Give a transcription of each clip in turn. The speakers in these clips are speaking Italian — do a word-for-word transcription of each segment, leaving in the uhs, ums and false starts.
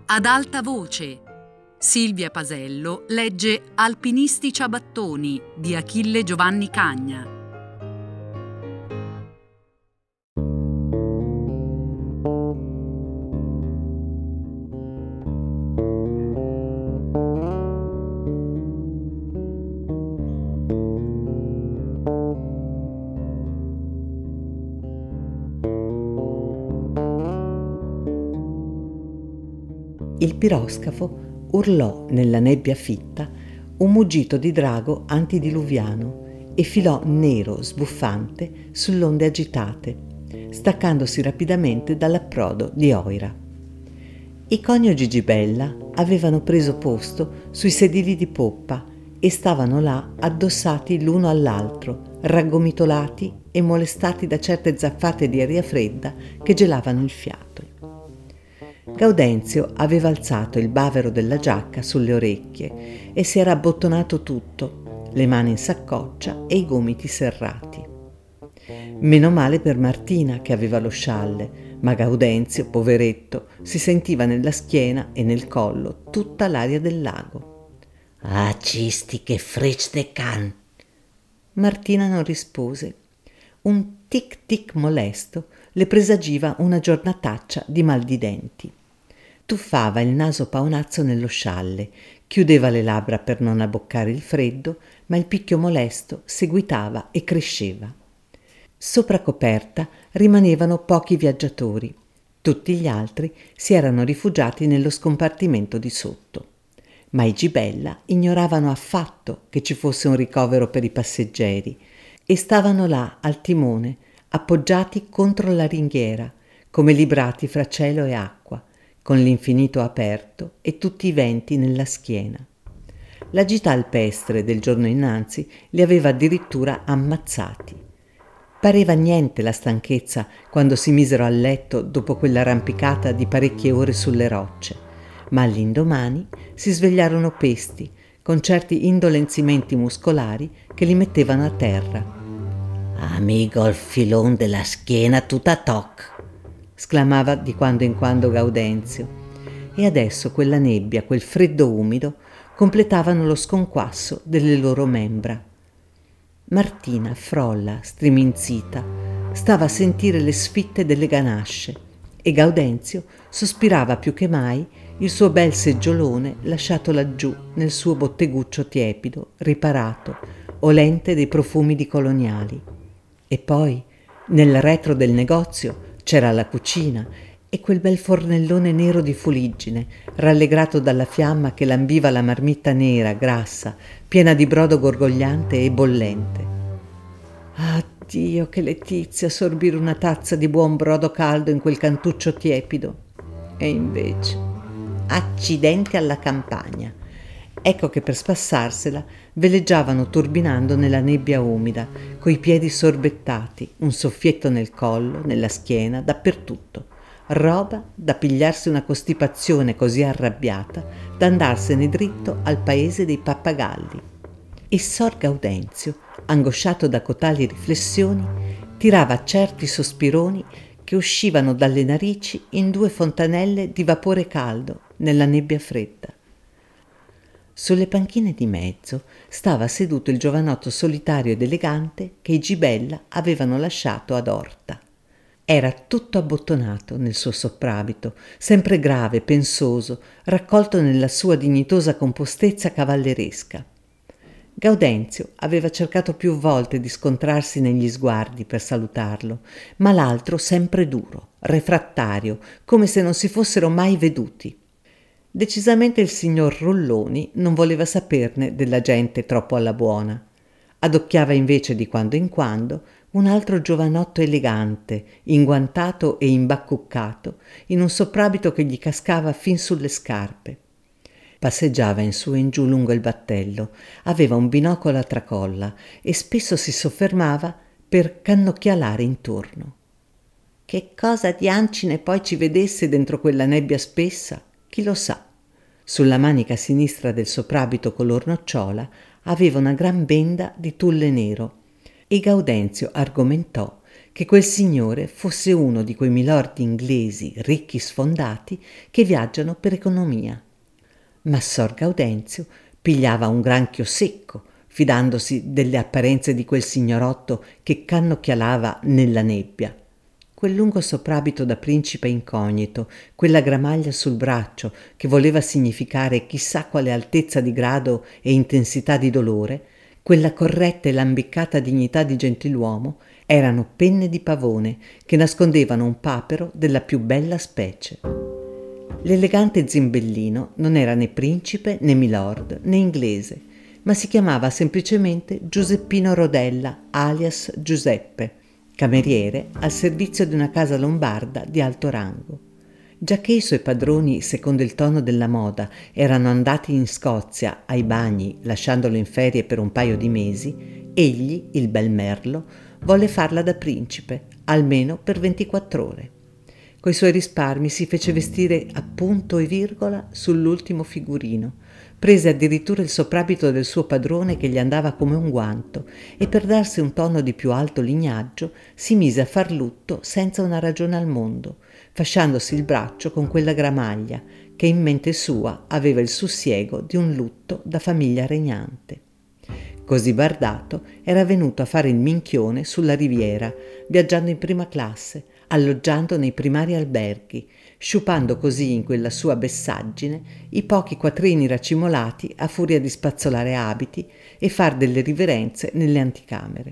Ad alta voce. Silvia Pasello legge Alpinisti ciabattoni di Achille Giovanni Cagna. Il piroscafo urlò nella nebbia fitta un muggito di drago antidiluviano e filò nero sbuffante sulle onde agitate, staccandosi rapidamente dall'approdo di Oira. I coniugi Gibella avevano preso posto sui sedili di poppa e stavano là addossati l'uno all'altro, raggomitolati e molestati da certe zaffate di aria fredda che gelavano il fiato. Gaudenzio aveva alzato il bavero della giacca sulle orecchie e si era abbottonato tutto, le mani in saccoccia e i gomiti serrati. Meno male per Martina che aveva lo scialle, ma Gaudenzio, poveretto, si sentiva nella schiena e nel collo tutta l'aria del lago. «Ah, cisti, che frecce de can!» Martina non rispose. Un tic-tic molesto le presagiva una giornataccia di mal di denti. Tuffava il naso paonazzo nello scialle, chiudeva le labbra per non abboccare il freddo, ma il picchio molesto seguitava e cresceva. Sopra coperta rimanevano pochi viaggiatori. Tutti gli altri si erano rifugiati nello scompartimento di sotto. Ma i Gibella ignoravano affatto che ci fosse un ricovero per i passeggeri e stavano là al timone, appoggiati contro la ringhiera, come librati fra cielo e acqua, con l'infinito aperto e tutti i venti nella schiena. La gita alpestre del giorno innanzi li aveva addirittura ammazzati. Pareva niente la stanchezza quando si misero a letto dopo quell'arrampicata di parecchie ore sulle rocce, ma all'indomani si svegliarono pesti, con certi indolenzimenti muscolari che li mettevano a terra. «Amico, il filon della schiena tutta toc!» sclamava di quando in quando Gaudenzio, e adesso quella nebbia, quel freddo umido, completavano lo sconquasso delle loro membra. Martina, frolla, striminzita, stava a sentire le sfitte delle ganasce e Gaudenzio sospirava più che mai il suo bel seggiolone lasciato laggiù nel suo botteguccio tiepido, riparato, olente dei profumi di coloniali. E poi, nel retro del negozio, c'era la cucina e quel bel fornellone nero di fuliggine, rallegrato dalla fiamma che lambiva la marmitta nera, grassa, piena di brodo gorgogliante e bollente. Ah, Dio, che letizia sorbire una tazza di buon brodo caldo in quel cantuccio tiepido. E invece, accidenti alla campagna. Ecco che per spassarsela veleggiavano turbinando nella nebbia umida, coi piedi sorbettati, un soffietto nel collo, nella schiena, dappertutto. Roba da pigliarsi una costipazione così arrabbiata da andarsene dritto al paese dei pappagalli. E Sor Gaudenzio, angosciato da cotali riflessioni, tirava certi sospironi che uscivano dalle narici in due fontanelle di vapore caldo nella nebbia fredda. Sulle panchine di mezzo stava seduto il giovanotto solitario ed elegante che i Gibella avevano lasciato ad Orta. Era tutto abbottonato nel suo soprabito, sempre grave, pensoso, raccolto nella sua dignitosa compostezza cavalleresca. Gaudenzio aveva cercato più volte di scontrarsi negli sguardi per salutarlo, ma l'altro sempre duro, refrattario, come se non si fossero mai veduti. Decisamente il signor Rulloni non voleva saperne della gente troppo alla buona. Adocchiava invece di quando in quando un altro giovanotto elegante, inguantato e imbaccuccato, in un soprabito che gli cascava fin sulle scarpe. Passeggiava in su e in giù lungo il battello, aveva un binocolo a tracolla e spesso si soffermava per cannocchialare intorno. Che cosa diancine poi ci vedesse dentro quella nebbia spessa, chi lo sa. Sulla manica sinistra del soprabito color nocciola aveva una gran benda di tulle nero e Gaudenzio argomentò che quel signore fosse uno di quei milordi inglesi ricchi sfondati che viaggiano per economia. Massor Gaudenzio pigliava un granchio secco, fidandosi delle apparenze di quel signorotto che cannocchialava nella nebbia. Quel lungo soprabito da principe incognito, quella gramaglia sul braccio che voleva significare chissà quale altezza di grado e intensità di dolore, quella corretta e lambiccata dignità di gentiluomo, erano penne di pavone che nascondevano un papero della più bella specie. L'elegante zimbellino non era né principe né milord né inglese, ma si chiamava semplicemente Giuseppino Rodella, alias Giuseppe, cameriere al servizio di una casa lombarda di alto rango. Giacché i suoi padroni, secondo il tono della moda, erano andati in Scozia ai bagni lasciandolo in ferie per un paio di mesi, egli, il bel merlo, volle farla da principe, almeno per ventiquattro ore. Coi suoi risparmi si fece vestire a punto e virgola sull'ultimo figurino, prese addirittura il soprabito del suo padrone che gli andava come un guanto e per darsi un tono di più alto lignaggio si mise a far lutto senza una ragione al mondo, fasciandosi il braccio con quella gramaglia che in mente sua aveva il sussiego di un lutto da famiglia regnante. Così bardato era venuto a fare il minchione sulla riviera, viaggiando in prima classe, alloggiando nei primari alberghi, sciupando così in quella sua bessaggine i pochi quattrini racimolati a furia di spazzolare abiti e far delle riverenze nelle anticamere.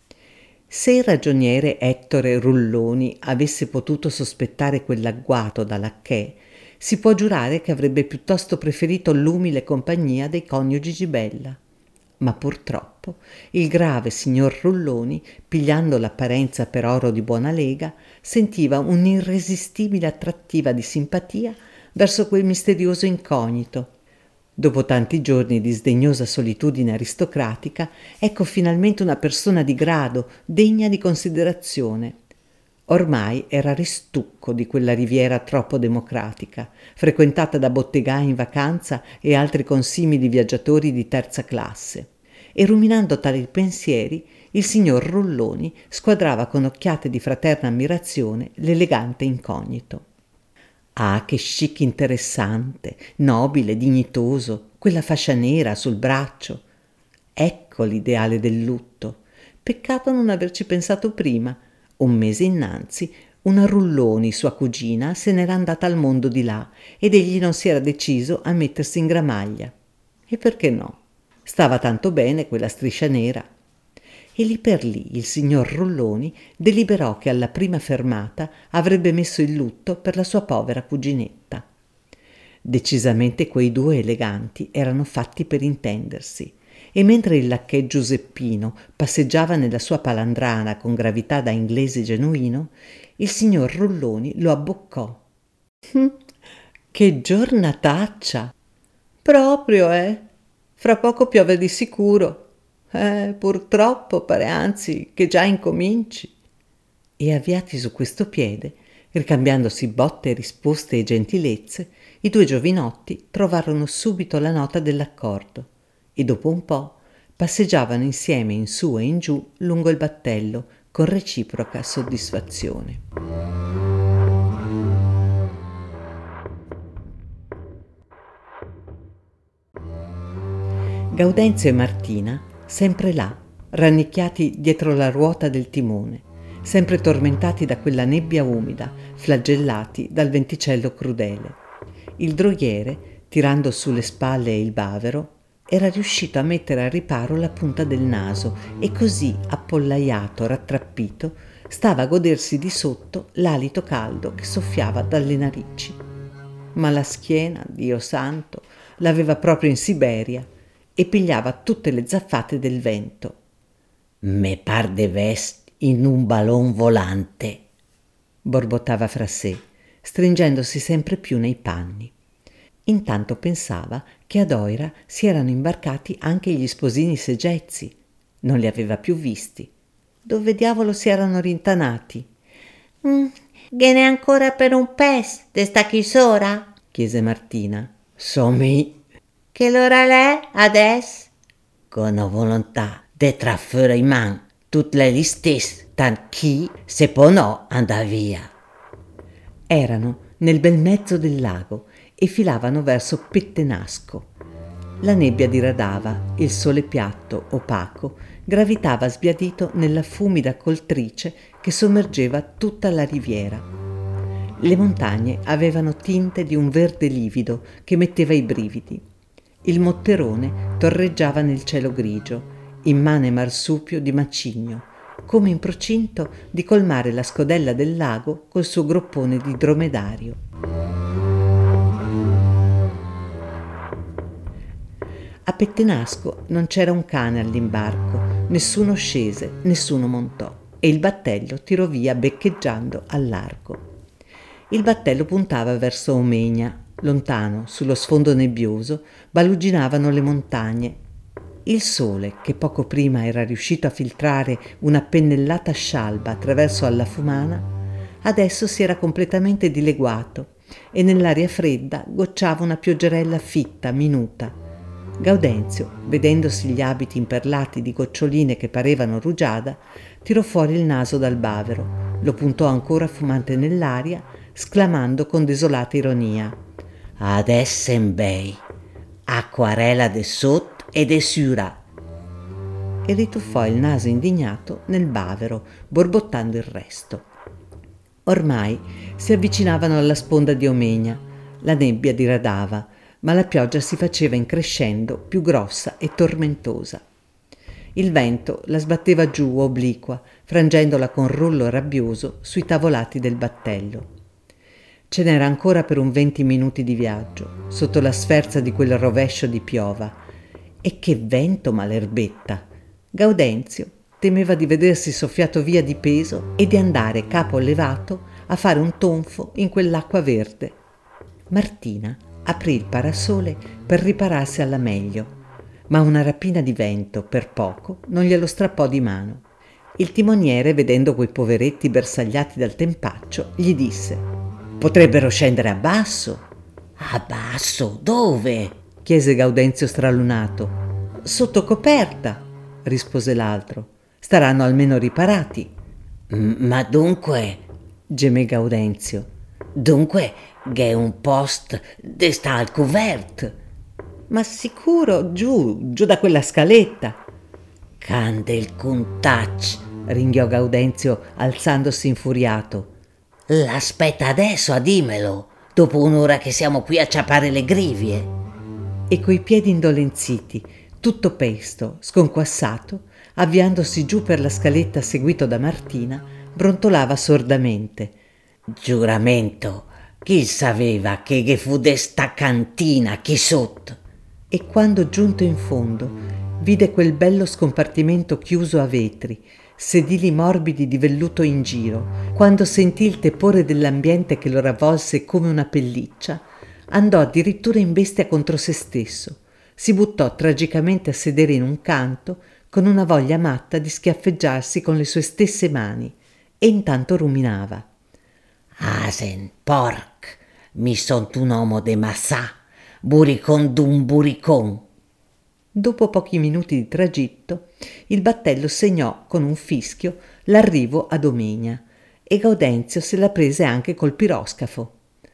Se il ragioniere Ettore Rulloni avesse potuto sospettare quell'agguato da lacchè, si può giurare che avrebbe piuttosto preferito l'umile compagnia dei coniugi Gibella. Ma purtroppo il grave signor Rulloni, pigliando l'apparenza per oro di buona lega, sentiva un'irresistibile attrattiva di simpatia verso quel misterioso incognito. Dopo tanti giorni di sdegnosa solitudine aristocratica, ecco finalmente una persona di grado, degna di considerazione. Ormai era ristucco di quella riviera troppo democratica, frequentata da bottegai in vacanza e altri consimili viaggiatori di terza classe. E ruminando tali pensieri, il signor Rulloni squadrava con occhiate di fraterna ammirazione l'elegante incognito. Ah, che chic interessante, nobile, dignitoso, quella fascia nera sul braccio. Ecco l'ideale del lutto. Peccato non averci pensato prima. Un mese innanzi, una Rulloni, sua cugina, se n'era andata al mondo di là ed egli non si era deciso a mettersi in gramaglia. E perché no? Stava tanto bene quella striscia nera. E lì per lì il signor Rulloni deliberò che alla prima fermata avrebbe messo il lutto per la sua povera cuginetta. Decisamente quei due eleganti erano fatti per intendersi. E mentre il lacchè Giuseppino passeggiava nella sua palandrana con gravità da inglese genuino, il signor Rulloni lo abboccò. Hm, che giornataccia! Proprio, eh? Fra poco piove di sicuro. Eh, purtroppo pare anzi che già incominci. E avviati su questo piede, ricambiandosi botte e risposte e gentilezze, i due giovinotti trovarono subito la nota dell'accordo. E dopo un po' passeggiavano insieme in su e in giù lungo il battello con reciproca soddisfazione. Gaudenzio e Martina sempre là, rannicchiati dietro la ruota del timone, sempre tormentati da quella nebbia umida, flagellati dal venticello crudele. Il droghiere, tirando sulle spalle il bavero, era riuscito a mettere a riparo la punta del naso e così, appollaiato, rattrappito, stava a godersi di sotto l'alito caldo che soffiava dalle narici. Ma la schiena, Dio santo, l'aveva proprio in Siberia e pigliava tutte le zaffate del vento. Me par de vest in un ballon volante, borbottava fra sé, stringendosi sempre più nei panni. Intanto pensava che ad Oira si erano imbarcati anche gli sposini Segezzi. Non li aveva più visti. Dove diavolo si erano rintanati? Mm, viene ancora per un pes, de sta chisora? Chiese Martina. Somi. Che l'ora l'è, adesso? Con volontà de trafere i man. tutte le stesse, tant chi se può no andare via. Erano nel bel mezzo del lago e filavano verso Pettenasco. La nebbia diradava, il sole piatto, opaco, gravitava sbiadito nella fumida coltrice che sommergeva tutta la riviera. Le montagne avevano tinte di un verde livido che metteva i brividi. Il Motterone torreggiava nel cielo grigio, immane marsupio di macigno, come in procinto di colmare la scodella del lago col suo groppone di dromedario. A Pettenasco non c'era un cane all'imbarco, nessuno scese, nessuno montò e il battello tirò via beccheggiando al largo. Il battello puntava verso Omegna, lontano, sullo sfondo nebbioso, baluginavano le montagne. Il sole, che poco prima era riuscito a filtrare una pennellata scialba attraverso alla Fumana, adesso si era completamente dileguato e nell'aria fredda gocciava una pioggerella fitta, minuta. Gaudenzio, vedendosi gli abiti imperlati di goccioline che parevano rugiada, tirò fuori il naso dal bavero, lo puntò ancora fumante nell'aria, sclamando con desolata ironia: Adesso in bei, acquarela de sotto e de sura. E rituffò il naso indignato nel bavero, borbottando il resto. Ormai si avvicinavano alla sponda di Omegna, la nebbia diradava, ma la pioggia si faceva in crescendo più grossa e tormentosa. Il vento la sbatteva giù obliqua, frangendola con rullo rabbioso sui tavolati del battello. Ce n'era ancora per un venti minuti di viaggio, sotto la sferza di quel rovescio di piova. E che vento, malerbetta! Gaudenzio temeva di vedersi soffiato via di peso e di andare capo levato a fare un tonfo in quell'acqua verde. Martina aprì il parasole per ripararsi alla meglio, ma una rapina di vento per poco non glielo strappò di mano. Il timoniere, vedendo quei poveretti bersagliati dal tempaccio, gli disse: «Potrebbero scendere a basso». «A basso? Dove?» chiese Gaudenzio stralunato. «Sotto coperta», rispose l'altro. «Staranno almeno riparati». «Ma dunque», gemé Gaudenzio, «dunque che è un post de sta al cuvert». «Ma sicuro, giù, giù da quella scaletta». «Cande il cuntacci», ringhiò Gaudenzio alzandosi infuriato. «L'aspetta adesso a dimmelo, dopo un'ora che siamo qui a ciappare le grivie». E coi piedi indolenziti, tutto pesto, sconquassato, avviandosi giù per la scaletta seguito da Martina, brontolava sordamente: «Giuramento, chi sapeva che, che fu de sta cantina chi sotto?» E quando giunto in fondo vide quel bello scompartimento chiuso a vetri, sedili morbidi di velluto in giro, quando sentì il tepore dell'ambiente che lo ravvolse come una pelliccia, andò addirittura in bestia contro se stesso, si buttò tragicamente a sedere in un canto con una voglia matta di schiaffeggiarsi con le sue stesse mani, e intanto ruminava: «Asen, porc, mi sont un uomo de massà, buricon d'un buricon». Dopo pochi minuti di tragitto, il battello segnò con un fischio l'arrivo ad Omegna e Gaudenzio se la prese anche col piroscafo.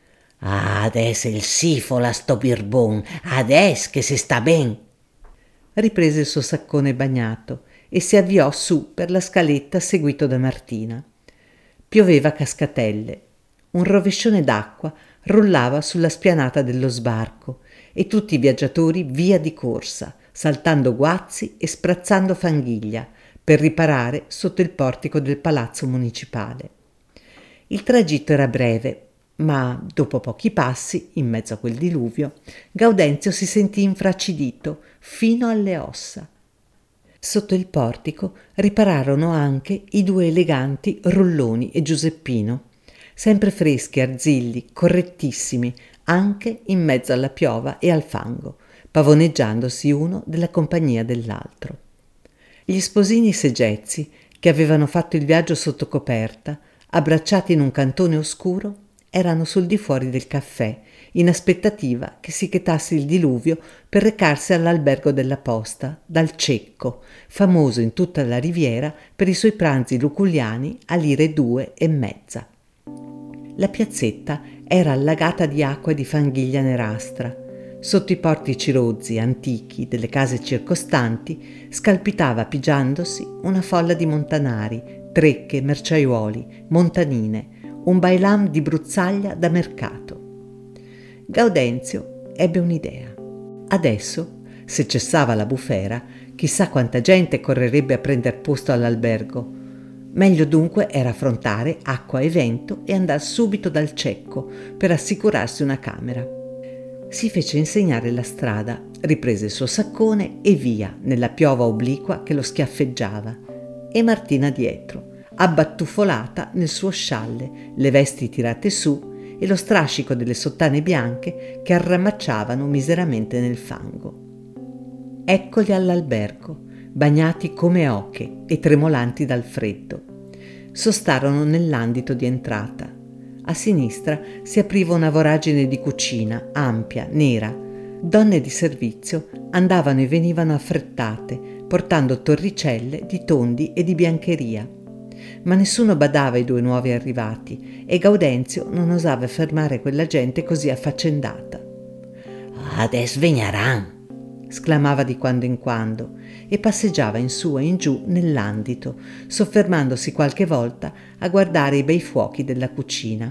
«Adesso il sifola sto birbon, adesso che si sta ben». Riprese il suo saccone bagnato e si avviò su per la scaletta seguito da Martina. Pioveva a cascatelle. Un rovescione d'acqua rullava sulla spianata dello sbarco e tutti i viaggiatori via di corsa, saltando guazzi e sprazzando fanghiglia per riparare sotto il portico del palazzo municipale. Il tragitto era breve, ma dopo pochi passi, in mezzo a quel diluvio, Gaudenzio si sentì infracidito fino alle ossa. Sotto il portico ripararono anche i due eleganti Rulloni e Giuseppino, sempre freschi, arzilli, correttissimi, anche in mezzo alla piova e al fango, pavoneggiandosi uno della compagnia dell'altro. Gli sposini segezzi, che avevano fatto il viaggio sotto coperta, abbracciati in un cantone oscuro, erano sul di fuori del caffè in aspettativa che si chetasse il diluvio per recarsi all'albergo della posta, dal Cecco, famoso in tutta la riviera per i suoi pranzi luculliani a lire due e mezza. La piazzetta era allagata di acqua e di fanghiglia nerastra. Sotto i portici rozzi antichi delle case circostanti scalpitava pigiandosi una folla di montanari, trecche, merciaiuoli, montanine, un bailam di bruzzaglia da mercato. Gaudenzio ebbe un'idea. Adesso, se cessava la bufera, chissà quanta gente correrebbe a prender posto all'albergo. Meglio dunque era affrontare acqua e vento e andar subito dal Cecco per assicurarsi una camera. Si fece insegnare la strada, riprese il suo saccone e via nella piova obliqua che lo schiaffeggiava, e Martina dietro, abbattufolata nel suo scialle, le vesti tirate su e lo strascico delle sottane bianche che arramacciavano miseramente nel fango. Eccoli all'albergo, bagnati come oche e tremolanti dal freddo. Sostarono nell'andito di entrata. A sinistra si apriva una voragine di cucina, ampia, nera. Donne di servizio andavano e venivano affrettate, portando torricelle di tondi e di biancheria. Ma nessuno badava ai due nuovi arrivati e Gaudenzio non osava fermare quella gente così affaccendata. «Adesso vegnaran!» sclamava di quando in quando e passeggiava in su e in giù nell'andito, soffermandosi qualche volta a guardare i bei fuochi della cucina.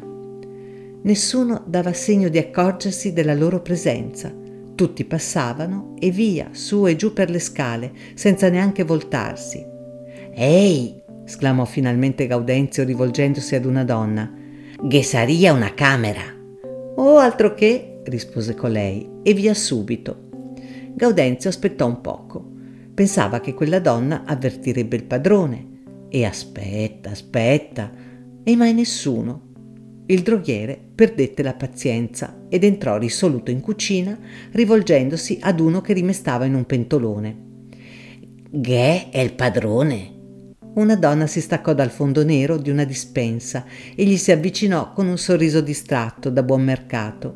Nessuno dava segno di accorgersi della loro presenza. Tutti passavano e via, su e giù per le scale, senza neanche voltarsi. «Ehi!» sclamò finalmente Gaudenzio rivolgendosi ad una donna. «Che saria una camera!» «Oh, altro che!» rispose colei, e via subito. Gaudenzio aspettò un poco. Pensava che quella donna avvertirebbe il padrone. E aspetta, aspetta, e mai nessuno. Il droghiere perdette la pazienza ed entrò risoluto in cucina, rivolgendosi ad uno che rimestava in un pentolone. «Che è il padrone?» Una donna si staccò dal fondo nero di una dispensa e gli si avvicinò con un sorriso distratto da buon mercato.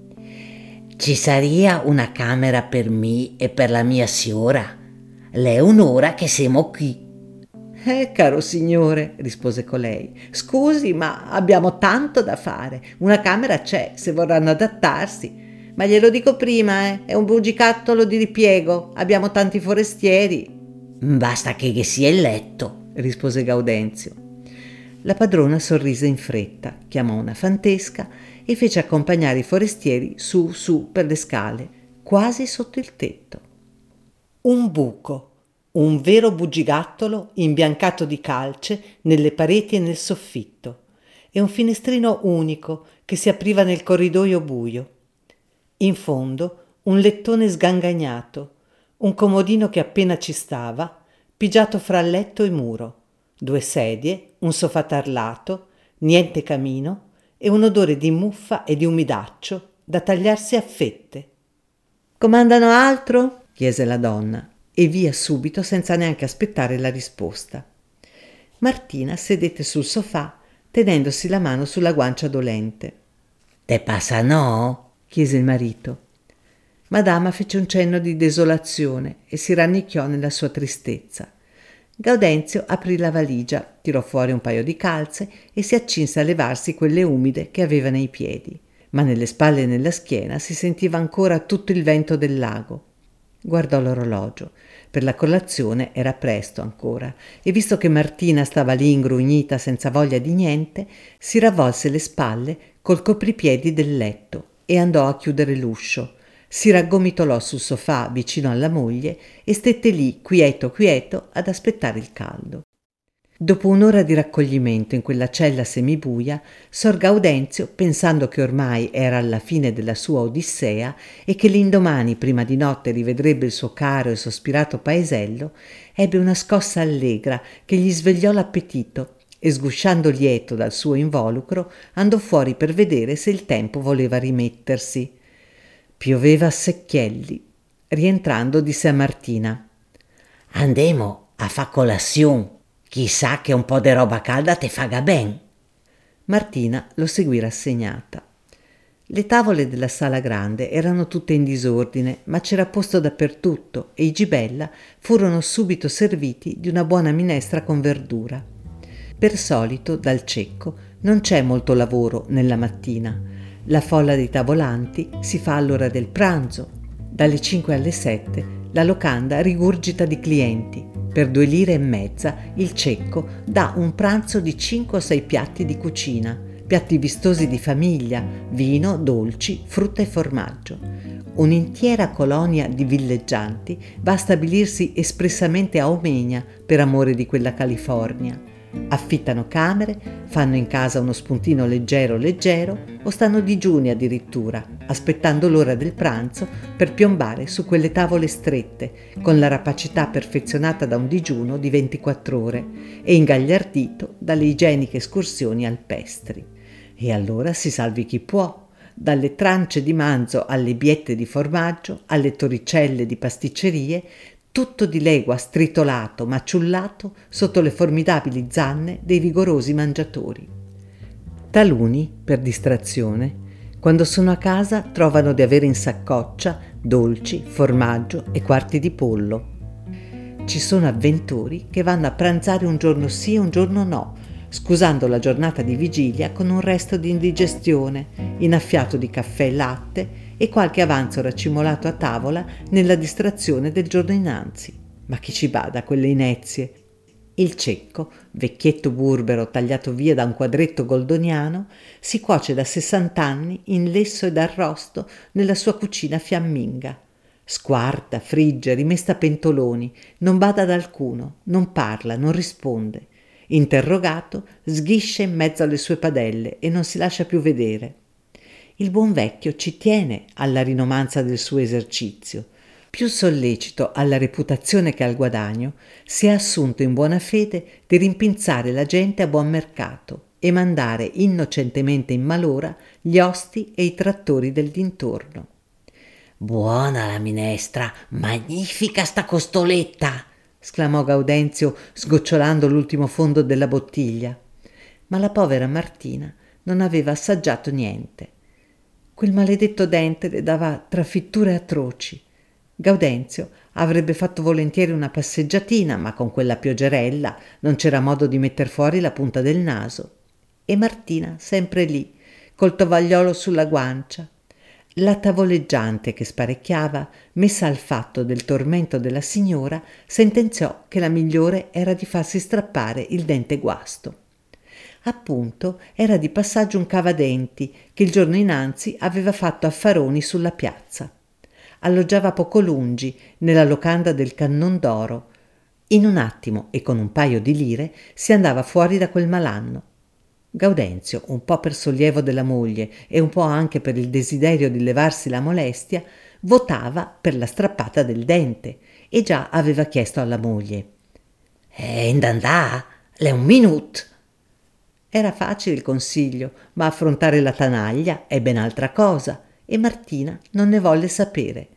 «Ci saria una camera per me e per la mia signora? L'è un'ora che siamo qui». «Eh, caro signore», rispose colei, «scusi, ma abbiamo tanto da fare. Una camera c'è, se vorranno adattarsi. Ma glielo dico prima, eh, è un bugigattolo di ripiego. Abbiamo tanti forestieri». «Basta che, che sia il letto», rispose Gaudenzio. La padrona sorrise in fretta, chiamò una fantesca e fece accompagnare i forestieri su su per le scale, quasi sotto il tetto. Un buco, un vero bugigattolo imbiancato di calce nelle pareti e nel soffitto, e un finestrino unico che si apriva nel corridoio buio. In fondo un lettone sgangagnato, un comodino che appena ci stava, pigiato fra letto e muro, due sedie, un sofà tarlato, niente camino e un odore di muffa e di umidaccio da tagliarsi a fette. «Comandano altro?» chiese la donna e via subito senza neanche aspettare la risposta. Martina sedette sul sofà tenendosi la mano sulla guancia dolente. «Te passa no?» chiese il marito. Madama fece un cenno di desolazione e si rannicchiò nella sua tristezza. Gaudenzio aprì la valigia, tirò fuori un paio di calze e si accinse a levarsi quelle umide che aveva nei piedi, ma nelle spalle e nella schiena si sentiva ancora tutto il vento del lago. Guardò l'orologio. Per la colazione era presto ancora e visto che Martina stava lì ingrugnita senza voglia di niente, si ravvolse le spalle col copripiedi del letto e andò a chiudere l'uscio. Si raggomitolò sul sofà vicino alla moglie e stette lì quieto quieto ad aspettare il caldo. Dopo un'ora di raccoglimento in quella cella semibuia, Sor Gaudenzio, pensando che ormai era alla fine della sua odissea e che l'indomani prima di notte rivedrebbe il suo caro e sospirato paesello, ebbe una scossa allegra che gli svegliò l'appetito e, sgusciando lieto dal suo involucro, andò fuori per vedere se il tempo voleva rimettersi. Pioveva a secchielli. Rientrando disse a Martina: «Andemo a fa colazione. Chissà che un po' di roba calda te faga ben». Martina lo seguì rassegnata. Le tavole della sala grande erano tutte in disordine, ma c'era posto dappertutto e i Gibella furono subito serviti di una buona minestra con verdura. Per solito, dal Cecco, non c'è molto lavoro nella mattina. La folla dei tavolanti si fa all'ora del pranzo. Dalle cinque alle sette la locanda rigurgita di clienti. Per due lire e mezza il Cecco dà un pranzo di cinque o sei piatti di cucina, piatti vistosi di famiglia, vino, dolci, frutta e formaggio. Un'intera colonia di villeggianti va a stabilirsi espressamente a Omegna per amore di quella California. Affittano camere, fanno in casa uno spuntino leggero leggero o stanno digiuni addirittura, aspettando l'ora del pranzo per piombare su quelle tavole strette, con la rapacità perfezionata da un digiuno di ventiquattro ore e ingagliardito dalle igieniche escursioni alpestri. E allora si salvi chi può, dalle trance di manzo alle biette di formaggio, alle torricelle di pasticcerie, tutto di legua stritolato, maciullato sotto le formidabili zanne dei vigorosi mangiatori. Taluni, per distrazione, quando sono a casa trovano di avere in saccoccia dolci, formaggio e quarti di pollo. Ci sono avventori che vanno a pranzare un giorno sì e un giorno no, scusando la giornata di vigilia con un resto di indigestione, innaffiato di caffè e latte e qualche avanzo racimolato a tavola nella distrazione del giorno innanzi. Ma chi ci bada a quelle inezie? Il Cecco, vecchietto burbero tagliato via da un quadretto goldoniano, si cuoce da sessant'anni in lesso ed arrosto nella sua cucina fiamminga. Squarta, frigge, rimesta a pentoloni, non bada ad alcuno, non parla, non risponde. Interrogato, sghiscia in mezzo alle sue padelle e non si lascia più vedere. Il buon vecchio ci tiene alla rinomanza del suo esercizio. Più sollecito alla reputazione che al guadagno, si è assunto in buona fede di rimpinzare la gente a buon mercato e mandare innocentemente in malora gli osti e i trattori del dintorno. Buona la minestra, magnifica sta costoletta! Esclamò Gaudenzio sgocciolando l'ultimo fondo della bottiglia. Ma la povera Martina non aveva assaggiato niente. Quel maledetto dente le dava trafitture atroci. Gaudenzio avrebbe fatto volentieri una passeggiatina, ma con quella pioggerella non c'era modo di metter fuori la punta del naso. E Martina sempre lì, col tovagliolo sulla guancia. La tavoleggiante che sparecchiava, messa al fatto del tormento della signora, sentenziò che la migliore era di farsi strappare il dente guasto. Appunto era di passaggio un cavadenti che il giorno innanzi aveva fatto affaroni sulla piazza. Alloggiava poco lungi, nella locanda del Cannon d'Oro. In un attimo e con un paio di lire si andava fuori da quel malanno. Gaudenzio, un po' per sollievo della moglie e un po' anche per il desiderio di levarsi la molestia, votava per la strappata del dente e già aveva chiesto alla moglie: «E indandà, le un minut!» Era facile il consiglio, ma affrontare la tanaglia è ben altra cosa, e Martina non ne volle sapere.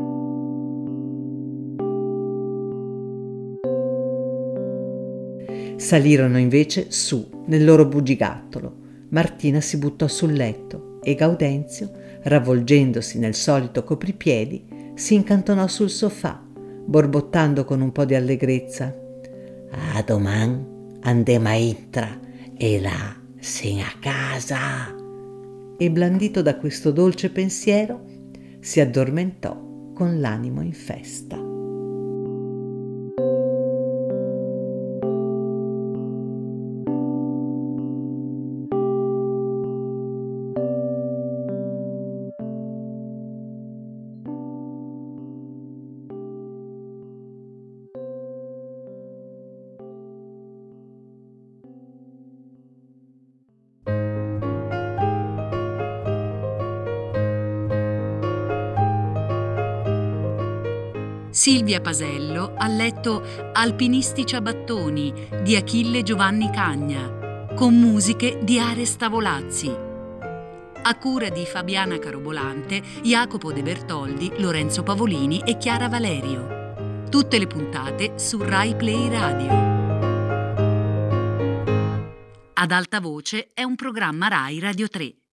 Salirono invece su nel loro bugigattolo. Martina si buttò sul letto e Gaudenzio, ravvolgendosi nel solito copripiedi, si incantonò sul sofà, borbottando con un po' di allegrezza: «A doman andema intra e là sen a casa!» E blandito da questo dolce pensiero, si addormentò con l'animo in festa. Silvia Pasello ha letto Alpinisti ciabattoni di Achille Giovanni Cagna, con musiche di Ares Tavolazzi. A cura di Fabiana Carobolante, Jacopo De Bertoldi, Lorenzo Pavolini e Chiara Valerio. Tutte le puntate su Rai Play Radio. Ad alta voce è un programma Rai Radio tre.